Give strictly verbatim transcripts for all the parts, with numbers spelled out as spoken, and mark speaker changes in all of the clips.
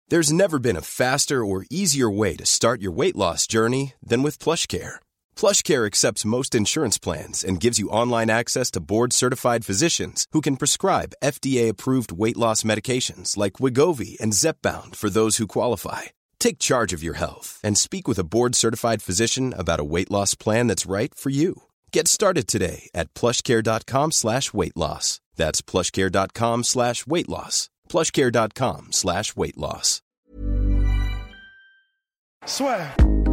Speaker 1: There's never been a faster or easier way to start your weight loss journey than with PlushCare. PlushCare accepts most insurance plans and gives you online access to board-certified physicians who can prescribe F D A-approved weight loss medications like Wegovy and Zepbound for those who qualify. Take charge of your health and speak with a board-certified physician about a weight loss plan that's right for you. Get started today at plushcare.com slash weight loss. That's plushcare.com slash weight loss. plushcare.com slash weight loss.
Speaker 2: Soit.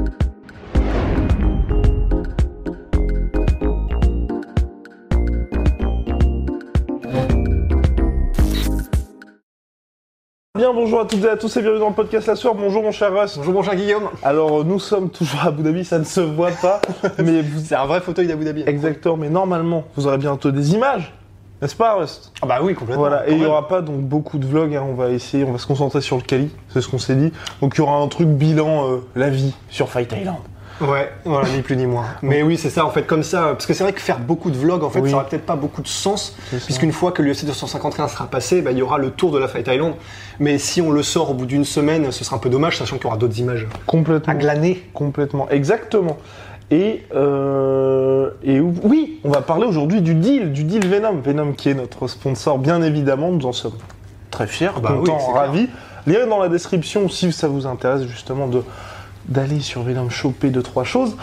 Speaker 2: Bien, bonjour à toutes et à tous et bienvenue dans le podcast La Soirée. Bonjour mon cher Russ.
Speaker 3: Bonjour mon cher Guillaume.
Speaker 2: Alors nous sommes toujours à Abu Dhabi, ça ne se voit pas, mais vous...
Speaker 3: c'est un vrai fauteuil d'Abu Dhabi.
Speaker 2: Exactement, mais normalement vous aurez bientôt des images, n'est-ce pas Rust?
Speaker 3: Ah bah oui, complètement.
Speaker 2: Voilà, et il n'y aura pas donc beaucoup de vlogs, hein. On va essayer, on va se concentrer sur le Cali, c'est ce qu'on s'est dit. Donc il y aura un truc bilan, euh, la vie sur Fight Island.
Speaker 3: Ouais, voilà, ni plus ni moins. Mais oui, c'est ça, en fait, comme ça, parce que c'est vrai que faire beaucoup de vlogs, en fait, oui. ça n'aurait peut-être pas beaucoup de sens, puisqu'une fois que l'U F C deux cent cinquante et un sera passé, bah, il y aura le tour de la Fight Island. Mais si on le sort au bout d'une semaine, ce sera un peu dommage, sachant qu'il y aura d'autres images.
Speaker 2: Complètement.
Speaker 3: À glaner.
Speaker 2: Complètement, exactement. Et, euh, et oui, on va parler aujourd'hui du deal, du deal Venom. Venom qui est notre sponsor, bien évidemment, nous en sommes très fiers, bah, contents, oui, ravis. Lire dans la description si ça vous intéresse justement de... d'aller sur Venom choper deux trois choses.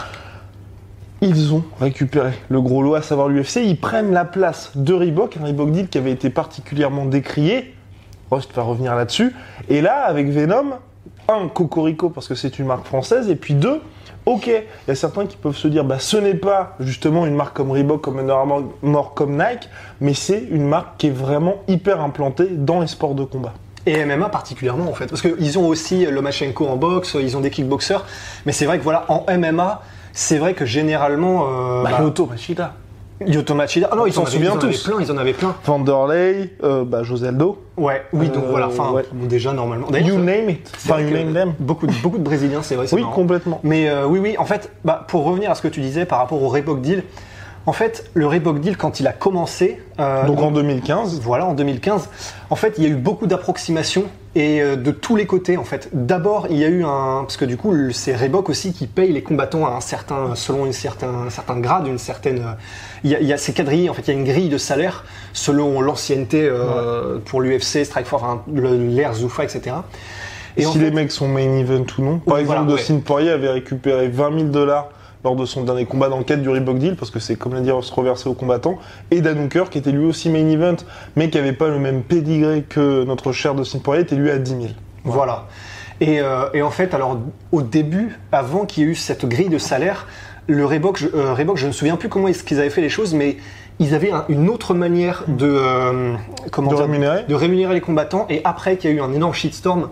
Speaker 2: Ils ont récupéré le gros lot, à savoir l'U F C. Ils prennent la place de Reebok, un Reebok deal qui avait été particulièrement décrié. Rust va revenir là-dessus. Et là, avec Venom, un, Cocorico, parce que c'est une marque française, et puis deux, ok, il y a certains qui peuvent se dire, bah ce n'est pas justement une marque comme Reebok, comme Under Armour, comme Nike, mais c'est une marque qui est vraiment hyper implantée dans les sports de combat.
Speaker 3: Et M M A particulièrement en fait, parce qu'ils ont aussi Lomachenko en boxe, ils ont des kickboxers, mais c'est vrai que voilà, en M M A, c'est vrai que généralement... Euh,
Speaker 2: bah, bah, Lyoto Machida.
Speaker 3: Lyoto Machida, ah non, ils s'en souviennent tous. Plein, ils en avaient plein.
Speaker 2: Vanderlei, euh, bah, José Aldo.
Speaker 3: Ouais, oui, donc
Speaker 2: euh,
Speaker 3: voilà, enfin,
Speaker 2: ouais.
Speaker 3: bon, déjà normalement...
Speaker 2: You name it, enfin, you name them.
Speaker 3: Beaucoup de, beaucoup de Brésiliens, c'est vrai, c'est
Speaker 2: Oui,
Speaker 3: marrant.
Speaker 2: complètement.
Speaker 3: Mais euh, oui, oui, en fait, bah, pour revenir à ce que tu disais par rapport au Reebok Deal, en fait, le Reebok Deal, quand il a commencé...
Speaker 2: Euh, donc en deux mille quinze.
Speaker 3: Voilà, en deux mille quinze. En fait, il y a eu beaucoup d'approximations et euh, de tous les côtés, en fait. D'abord, il y a eu un... Parce que du coup, c'est Reebok aussi qui paye les combattants à un certain, selon une certain, un certain grade, une certaine... Euh, il y a, il y a, c'est quadrillé, en fait. Il y a une grille de salaire selon l'ancienneté euh, ouais. pour l'U F C, Strikeforce, enfin, l'ère Zuffa, et cetera.
Speaker 2: Et si fait, les mecs sont main event ou non. Par exemple, voilà, Dustin ouais. Poirier avait récupéré vingt mille dollars lors de son dernier combat dans le cadre du Reebok Deal, parce que c'est, comme l'a dit, se reverser aux combattants, et Dan Hooker, qui était lui aussi main event, mais qui n'avait pas le même pédigré que notre cher Dustin Poirier, était lui à dix mille.
Speaker 3: Voilà. voilà. Et, euh, et en fait, alors, au début, avant qu'il y ait eu cette grille de salaire, le Reebok, je, euh, Reebok, je ne me souviens plus comment est-ce qu'ils avaient fait les choses, mais ils avaient un, une autre manière de, euh, comment
Speaker 2: de,
Speaker 3: dire,
Speaker 2: rémunérer.
Speaker 3: de rémunérer les combattants, et après qu'il y a eu un énorme shitstorm,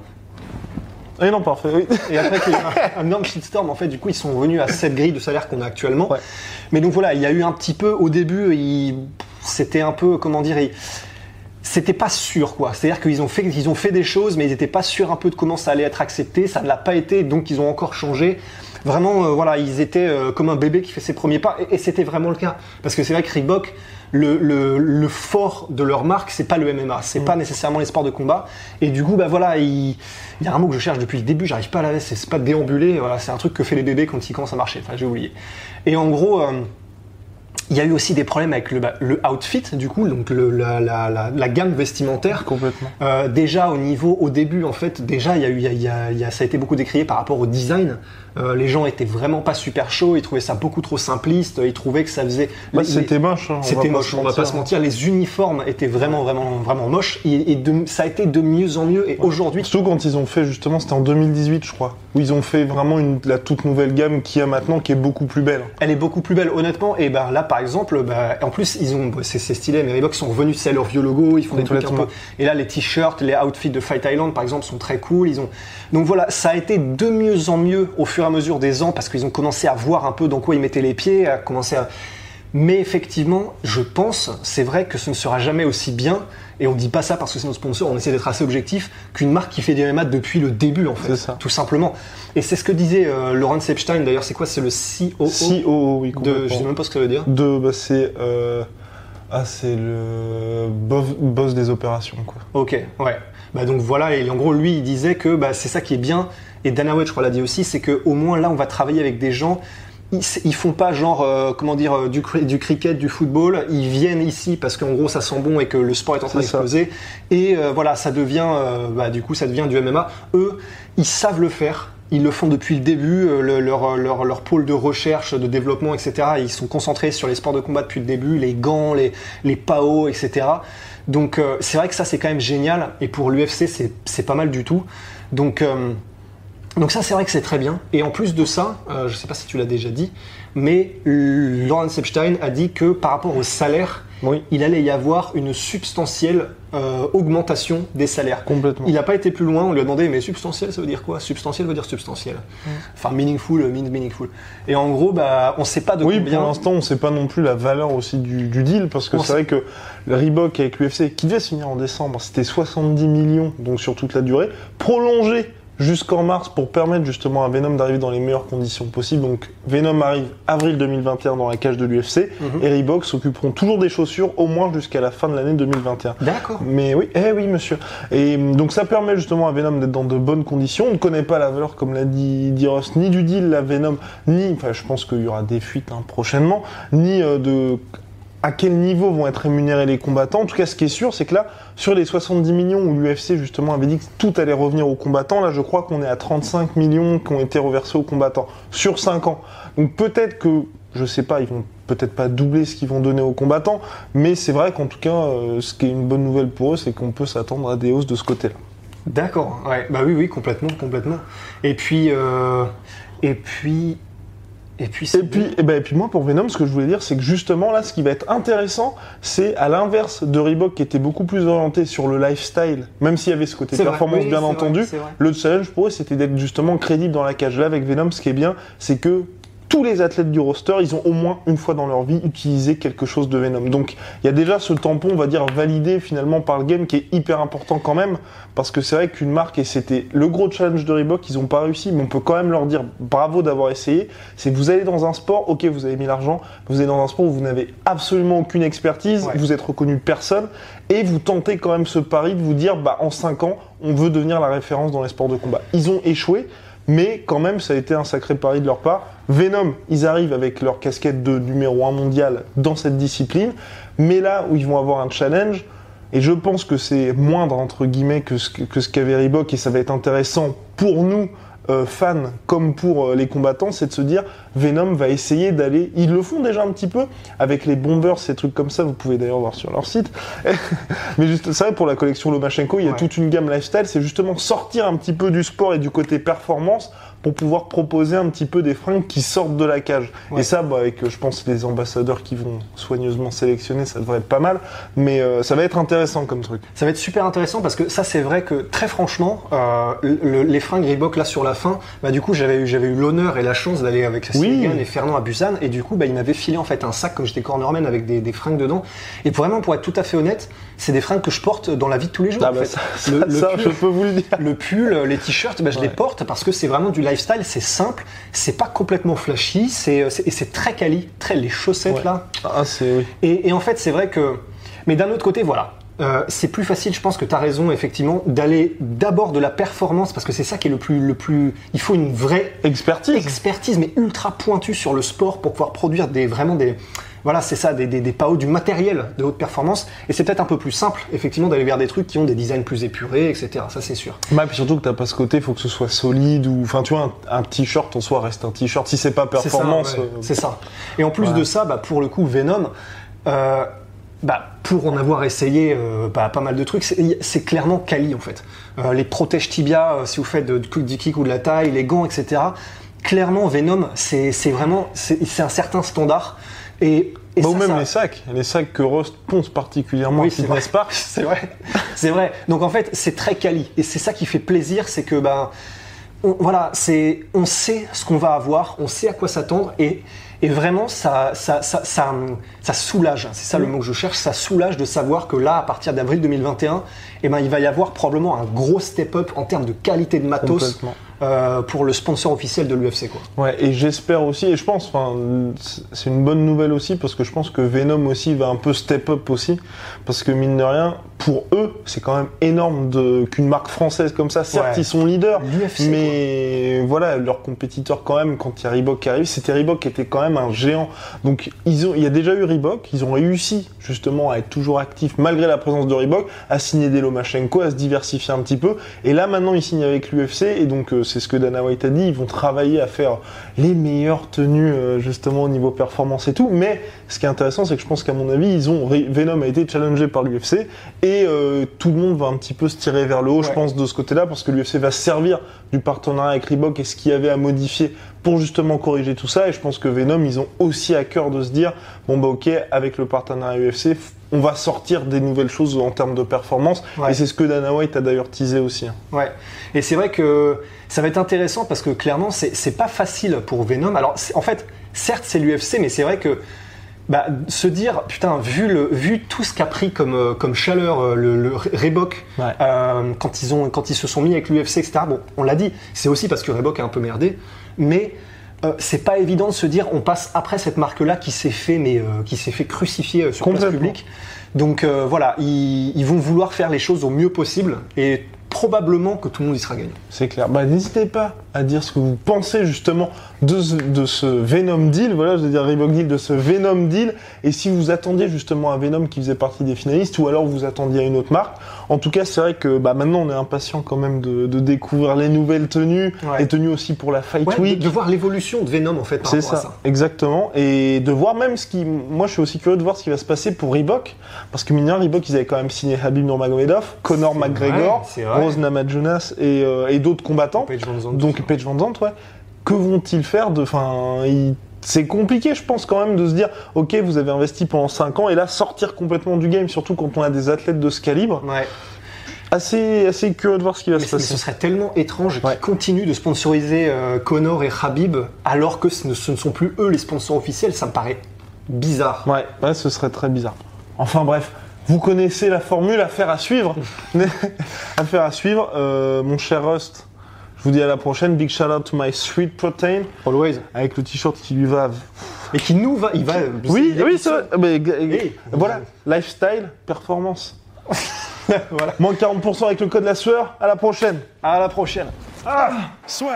Speaker 2: Et non, parfait, oui.
Speaker 3: Et après qu'il y a eu un, un énorme shitstorm, en fait, du coup, ils sont revenus à cette grille de salaire qu'on a actuellement. Ouais. Mais donc voilà, il y a eu un petit peu, au début, il, c'était un peu, comment dire, il, c'était pas sûr, quoi. C'est-à-dire qu'ils ont fait, ils ont fait des choses, mais ils n'étaient pas sûrs un peu de comment ça allait être accepté. Ça ne l'a pas été, donc ils ont encore changé. Vraiment, euh, voilà, ils étaient euh, comme un bébé qui fait ses premiers pas, et, et c'était vraiment le cas. Parce que c'est vrai que Reebok, le, le, le fort de leur marque, c'est pas le M M A, c'est mmh. pas nécessairement les sports de combat. Et du coup, bah voilà, il, il y a un mot que je cherche depuis le début, j'arrive pas à la c'est, c'est pas déambuler, voilà, c'est un truc que fait les bébés quand ils commencent à marcher. Enfin, j'ai oublié. Et en gros. Euh, Il y a eu aussi des problèmes avec le, bah, le outfit, du coup, donc le, la, la, la, la gamme vestimentaire.
Speaker 2: Complètement.
Speaker 3: Euh, déjà au niveau, au début, en fait, déjà, il y a eu, il y a, il y a, il y a, ça a été beaucoup décrié par rapport au design. Euh, les gens étaient vraiment pas super chauds, ils trouvaient ça beaucoup trop simpliste, ils trouvaient que ça faisait.
Speaker 2: Bah,
Speaker 3: les,
Speaker 2: c'était moche. Hein,
Speaker 3: c'était moche, on va pas se mentir. Les uniformes étaient vraiment, vraiment, vraiment moches. Et, et de, ça a été de mieux en mieux. Et ouais. aujourd'hui,
Speaker 2: surtout quand ils ont fait justement, c'était en deux mille dix-huit, je crois, où ils ont fait vraiment une, la toute nouvelle gamme qui a maintenant, qui est beaucoup plus belle.
Speaker 3: Elle est beaucoup plus belle, honnêtement. Et ben là, par exemple, ben, en plus, ils ont, c'est, c'est stylé, mais Reebok sont revenus, c'est leur vieux logo, ils font des trucs un peu. Et là, les t-shirts, les outfits de Fight Island, par exemple, sont très cool. Ils ont, donc voilà, ça a été de mieux en mieux au fur et à mesure des ans, parce qu'ils ont commencé à voir un peu dans quoi ils mettaient les pieds, à commencer à. Mais effectivement, je pense, c'est vrai que ce ne sera jamais aussi bien, et on dit pas ça parce que c'est notre sponsor, on essaie d'être assez objectif, qu'une marque qui fait du M M A depuis le début, en fait. C'est ça. Tout simplement. Et c'est ce que disait euh, Lawrence Epstein, d'ailleurs, c'est quoi? C'est le C O O
Speaker 2: C O O, oui,
Speaker 3: de, je sais même pas ce que ça veut dire.
Speaker 2: De, bah c'est, euh, ah, c'est le boss, boss des opérations, quoi.
Speaker 3: Ok, ouais. Bah donc voilà, et en gros lui il disait que bah, c'est ça qui est bien, et Dana White je crois l'a dit aussi, c'est qu'au moins là on va travailler avec des gens, ils, ils font pas genre euh, comment dire du, du cricket, du football, ils viennent ici parce qu'en gros ça sent bon et que le sport est en train d'exploser, et euh, voilà ça devient, euh, bah, du coup ça devient du M M A. Eux ils savent le faire. Ils le font depuis le début, le, leur, leur, leur pôle de recherche, de développement, et cetera. Ils sont concentrés sur les sports de combat depuis le début, les gants, les, les P A O, et cetera. Donc euh, c'est vrai que ça c'est quand même génial, et pour l'U F C c'est, c'est pas mal du tout. Donc, euh, donc ça c'est vrai que c'est très bien. Et en plus de ça, euh, je sais pas si tu l'as déjà dit, mais Lawrence Epstein a dit que par rapport au salaire, oui. il allait y avoir une substantielle euh, augmentation des salaires.
Speaker 2: Complètement.
Speaker 3: Il n'a pas été plus loin, on lui a demandé mais substantiel ça veut dire quoi ? Substantiel veut dire substantiel. Mmh. Enfin meaningful means meaningful. Et en gros bah on sait pas de
Speaker 2: oui,
Speaker 3: combien.
Speaker 2: Oui, pour l'instant on sait pas non plus la valeur aussi du, du deal, parce que on c'est sait. vrai que le Reebok avec l'U F C qui devait se finir en décembre, c'était soixante-dix millions donc sur toute la durée, prolongé jusqu'en mars pour permettre justement à Venom d'arriver dans les meilleures conditions possibles. Donc Venom arrive avril deux mille vingt et un dans la cage de l'U F C, mm-hmm. et Reebok s'occuperont toujours des chaussures au moins jusqu'à la fin de l'année deux mille vingt et un.
Speaker 3: D'accord.
Speaker 2: Mais oui, eh oui monsieur. Et donc ça permet justement à Venom d'être dans de bonnes conditions. On ne connaît pas la valeur, comme l'a dit, dit Ross, ni du deal, la Venom, ni, enfin je pense qu'il y aura des fuites hein, prochainement, ni euh, de... à quel niveau vont être rémunérés les combattants. En tout cas, ce qui est sûr, c'est que là, sur les soixante-dix millions où l'U F C justement avait dit que tout allait revenir aux combattants, là je crois qu'on est à trente-cinq millions qui ont été reversés aux combattants sur cinq ans. Donc peut-être que, je sais pas, ils vont peut-être pas doubler ce qu'ils vont donner aux combattants, mais c'est vrai qu'en tout cas, euh, ce qui est une bonne nouvelle pour eux, c'est qu'on peut s'attendre à des hausses de ce côté-là.
Speaker 3: D'accord, ouais, bah oui, oui, complètement, complètement. Et puis, euh, et puis...
Speaker 2: Et puis, et, puis, et, ben, et puis moi pour Venom, ce que je voulais dire, c'est que justement là, ce qui va être intéressant, c'est à l'inverse de Reebok qui était beaucoup plus orienté sur le lifestyle, même s'il y avait ce côté c'est performance oui, bien entendu, vrai, le challenge pour eux c'était d'être justement crédible dans la cage. Là avec Venom, ce qui est bien, c'est que tous les athlètes du roster, ils ont au moins une fois dans leur vie utilisé quelque chose de Venom. Donc il y a déjà ce tampon, on va dire, validé finalement par le game qui est hyper important quand même, parce que c'est vrai qu'une marque, et c'était le gros challenge de Reebok, ils n'ont pas réussi, mais on peut quand même leur dire bravo d'avoir essayé, c'est que vous allez dans un sport, ok vous avez mis l'argent, vous allez dans un sport où vous n'avez absolument aucune expertise, ouais. vous êtes reconnu de personne, et vous tentez quand même ce pari de vous dire, bah en cinq ans, on veut devenir la référence dans les sports de combat. Ils ont échoué, mais quand même, ça a été un sacré pari de leur part. Venom, ils arrivent avec leur casquette de numéro un mondial dans cette discipline, mais là où ils vont avoir un challenge, et je pense que c'est moindre, entre guillemets, que ce, que ce qu'avait Reebok, et ça va être intéressant pour nous, euh, fans, comme pour euh, les combattants, c'est de se dire, Venom va essayer d'aller... Ils le font déjà un petit peu, avec les bombers, ces trucs comme ça, vous pouvez d'ailleurs voir sur leur site. Mais juste, c'est vrai, pour la collection Lomachenko, il y a ouais. toute une gamme lifestyle, c'est justement sortir un petit peu du sport et du côté performance, pour pouvoir proposer un petit peu des fringues qui sortent de la cage. Ouais. Et ça, bah, avec, je pense, les ambassadeurs qui vont soigneusement sélectionner, ça devrait être pas mal. Mais euh, ça va être intéressant comme truc.
Speaker 3: Ça va être super intéressant parce que ça, c'est vrai que très franchement, euh, le, les fringues Reebok là sur la fin, bah du coup, j'avais eu, j'avais eu l'honneur et la chance d'aller avec Sylvain oui. et Fernand à Busan, et du coup, bah, ils m'avaient filé en fait un sac comme j'étais cornerman avec des, des fringues dedans. Et pour vraiment, pour être tout à fait honnête, c'est des fringues que je porte dans la vie de tous les jours.
Speaker 2: Ah
Speaker 3: en
Speaker 2: bah
Speaker 3: fait.
Speaker 2: ça, le, ça, le ça pull, je peux vous le dire.
Speaker 3: Le pull, les t-shirts, bah, je ouais. les porte parce que c'est vraiment du lifestyle, c'est simple, c'est pas complètement flashy, c'est, c'est, et c'est très quali, très les chaussettes ouais. là.
Speaker 2: Ah, c'est oui.
Speaker 3: Et, et en fait, c'est vrai que. Mais d'un autre côté, voilà. Euh, c'est plus facile, je pense que tu as raison, effectivement, d'aller d'abord de la performance, parce que c'est ça qui est le plus, le plus. Il faut une vraie
Speaker 2: expertise,
Speaker 3: expertise, mais ultra pointue sur le sport pour pouvoir produire des vraiment des. Voilà, c'est ça, des, des, des P A O, du matériel de haute performance. Et c'est peut-être un peu plus simple, effectivement, d'aller vers des trucs qui ont des designs plus épurés, et cetera. Ça, c'est sûr.
Speaker 2: Bah, puis surtout que t'as pas ce côté, il faut que ce soit solide ou, enfin, tu vois, un, un t-shirt en soi reste un t-shirt. Si c'est pas performance,
Speaker 3: c'est ça. Ouais.
Speaker 2: Euh...
Speaker 3: C'est ça. Et en plus ouais. de ça, bah, pour le coup, Venom. Euh, Bah, pour en avoir essayé euh, bah, pas mal de trucs, c'est, c'est clairement quali en fait. Euh, les protèges tibia, euh, si vous faites de, de, du kick ou de la taille, les gants, et cetera. Clairement, Venom, c'est, c'est vraiment, c'est, c'est un certain standard. Et, et
Speaker 2: bah,
Speaker 3: ça,
Speaker 2: ou même
Speaker 3: ça...
Speaker 2: les sacs, les sacs que Rost ponce particulièrement
Speaker 3: oui,
Speaker 2: à Fitness Park.
Speaker 3: C'est vrai, c'est vrai. Donc en fait, c'est très quali. Et c'est ça qui fait plaisir, c'est que bah, on, voilà, c'est, on sait ce qu'on va avoir, on sait à quoi s'attendre et Et vraiment, ça, ça, ça, ça, ça soulage, c'est ça le mot que je cherche, ça soulage de savoir que là, à partir d'avril deux mille vingt et un, eh ben, il va y avoir probablement un gros step-up en termes de qualité de matos euh, pour le sponsor officiel de l'U F C. Quoi.
Speaker 2: Ouais, et j'espère aussi, et je pense, c'est une bonne nouvelle aussi, parce que je pense que Venom aussi va un peu step-up aussi, parce que mine de rien, pour eux, c'est quand même énorme de, qu'une marque française comme ça, certes ouais. ils sont leaders, l'U F C, mais quoi. Voilà, leur compétiteur quand même, quand il y a Reebok qui arrive, c'était Reebok qui était quand même un géant. Donc ils ont, il y a déjà eu Reebok, ils ont réussi justement à être toujours actifs malgré la présence de Reebok, à signer des Lomachenko, à se diversifier un petit peu. Et là maintenant ils signent avec l'U F C et donc euh, c'est ce que Dana White a dit, ils vont travailler à faire les meilleures tenues euh, justement au niveau performance et tout. Mais ce qui est intéressant, c'est que je pense qu'à mon avis, ils ont Venom a été challengé par l'U F C et euh, tout le monde va un petit peu se tirer vers le haut, ouais. je pense, de ce côté-là, parce que l'U F C va se servir du partenariat avec Reebok et ce qu'il y avait à modifier pour justement corriger tout ça. Et je pense que Venom, ils ont aussi à cœur de se dire, bon bah ok, avec le partenariat U F C, on va sortir des nouvelles choses en termes de performance. Ouais. Et c'est ce que Dana White a d'ailleurs teasé aussi.
Speaker 3: Ouais. Et c'est vrai que ça va être intéressant parce que clairement, c'est, c'est pas facile pour Venom. Alors en fait, certes c'est l'U F C, mais c'est vrai que bah, se dire, putain, vu, le, vu tout ce qu'a pris comme, comme chaleur le, le Reebok, ouais. euh, quand, ils ont, quand ils se sont mis avec l'U F C, et cetera. Bon, on l'a dit, c'est aussi parce que Reebok a un peu merdé, mais euh, c'est pas évident de se dire, on passe après cette marque-là qui s'est fait, mais, euh, qui s'est fait crucifier sur place publique. Donc euh, voilà, ils, ils vont vouloir faire les choses au mieux possible et probablement que tout le monde y sera gagnant.
Speaker 2: C'est clair. Bah, n'hésitez pas à dire ce que vous pensez justement de ce, de ce Venom deal, voilà, je veux dire Reebok deal, de ce Venom deal, et si vous attendiez justement un Venom qui faisait partie des finalistes, ou alors vous attendiez à une autre marque. En tout cas, c'est vrai que bah, maintenant on est impatient quand même de, de découvrir les nouvelles tenues, ouais. les tenues aussi pour la Fight
Speaker 3: ouais,
Speaker 2: Week.
Speaker 3: De, de voir l'évolution de Venom en fait par
Speaker 2: c'est
Speaker 3: rapport
Speaker 2: ça,
Speaker 3: à ça.
Speaker 2: Exactement, et de voir même ce qui... Moi je suis aussi curieux de voir ce qui va se passer pour Reebok, parce que mine de rien, Reebok ils avaient quand même signé Khabib Nurmagomedov, Conor McGregor, Rose Namajunas et, euh, et d'autres combattants.
Speaker 3: Paige Van Zandt.
Speaker 2: Donc Paige Van Zandt, ouais. Que vont-ils faire de... Enfin, ils... c'est compliqué, je pense, quand même, de se dire « Ok, vous avez investi pendant cinq ans, et là, sortir complètement du game, surtout quand on a des athlètes de ce calibre.
Speaker 3: Ouais. »
Speaker 2: Assez, assez curieux de voir ce qui va
Speaker 3: mais
Speaker 2: se passer.
Speaker 3: Ce serait tellement étrange ouais. qu'ils continuent de sponsoriser euh, Conor et Khabib, alors que ce ne, ce ne sont plus eux les sponsors officiels. Ça me paraît bizarre.
Speaker 2: Ouais, ouais, ce serait très bizarre. Enfin bref, vous connaissez la formule, affaire à suivre. Affaire à suivre. Euh, mon cher Rust, je vous dis à la prochaine. Big shout out to my sweet protein.
Speaker 3: Always.
Speaker 2: Avec le t-shirt qui lui va.
Speaker 3: Et qui nous va. Il va.
Speaker 2: Oui, oui, c'est vrai. Mais, hey. Voilà. Lifestyle, performance. Voilà. Moins quarante pour cent avec le code La Sueur. À la prochaine.
Speaker 3: À la prochaine.
Speaker 2: Ah, Sueur.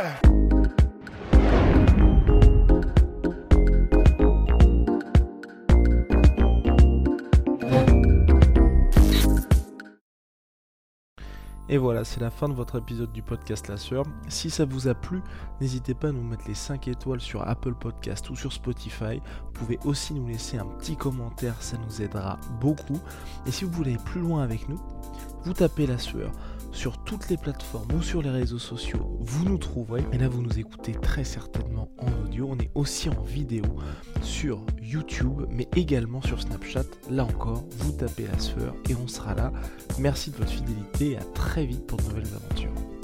Speaker 4: Et voilà, c'est la fin de votre épisode du podcast La Sueur. Si ça vous a plu, n'hésitez pas à nous mettre les cinq étoiles sur Apple Podcast ou sur Spotify. Vous pouvez aussi nous laisser un petit commentaire, ça nous aidera beaucoup. Et si vous voulez aller plus loin avec nous, vous tapez La Sueur sur toutes les plateformes ou sur les réseaux sociaux, vous nous trouverez. Et là, vous nous écoutez très certainement en audio. On est aussi en vidéo sur YouTube, mais également sur Snapchat. Là encore, vous tapez La Sueur et on sera là. Merci de votre fidélité et à très vite pour de nouvelles aventures.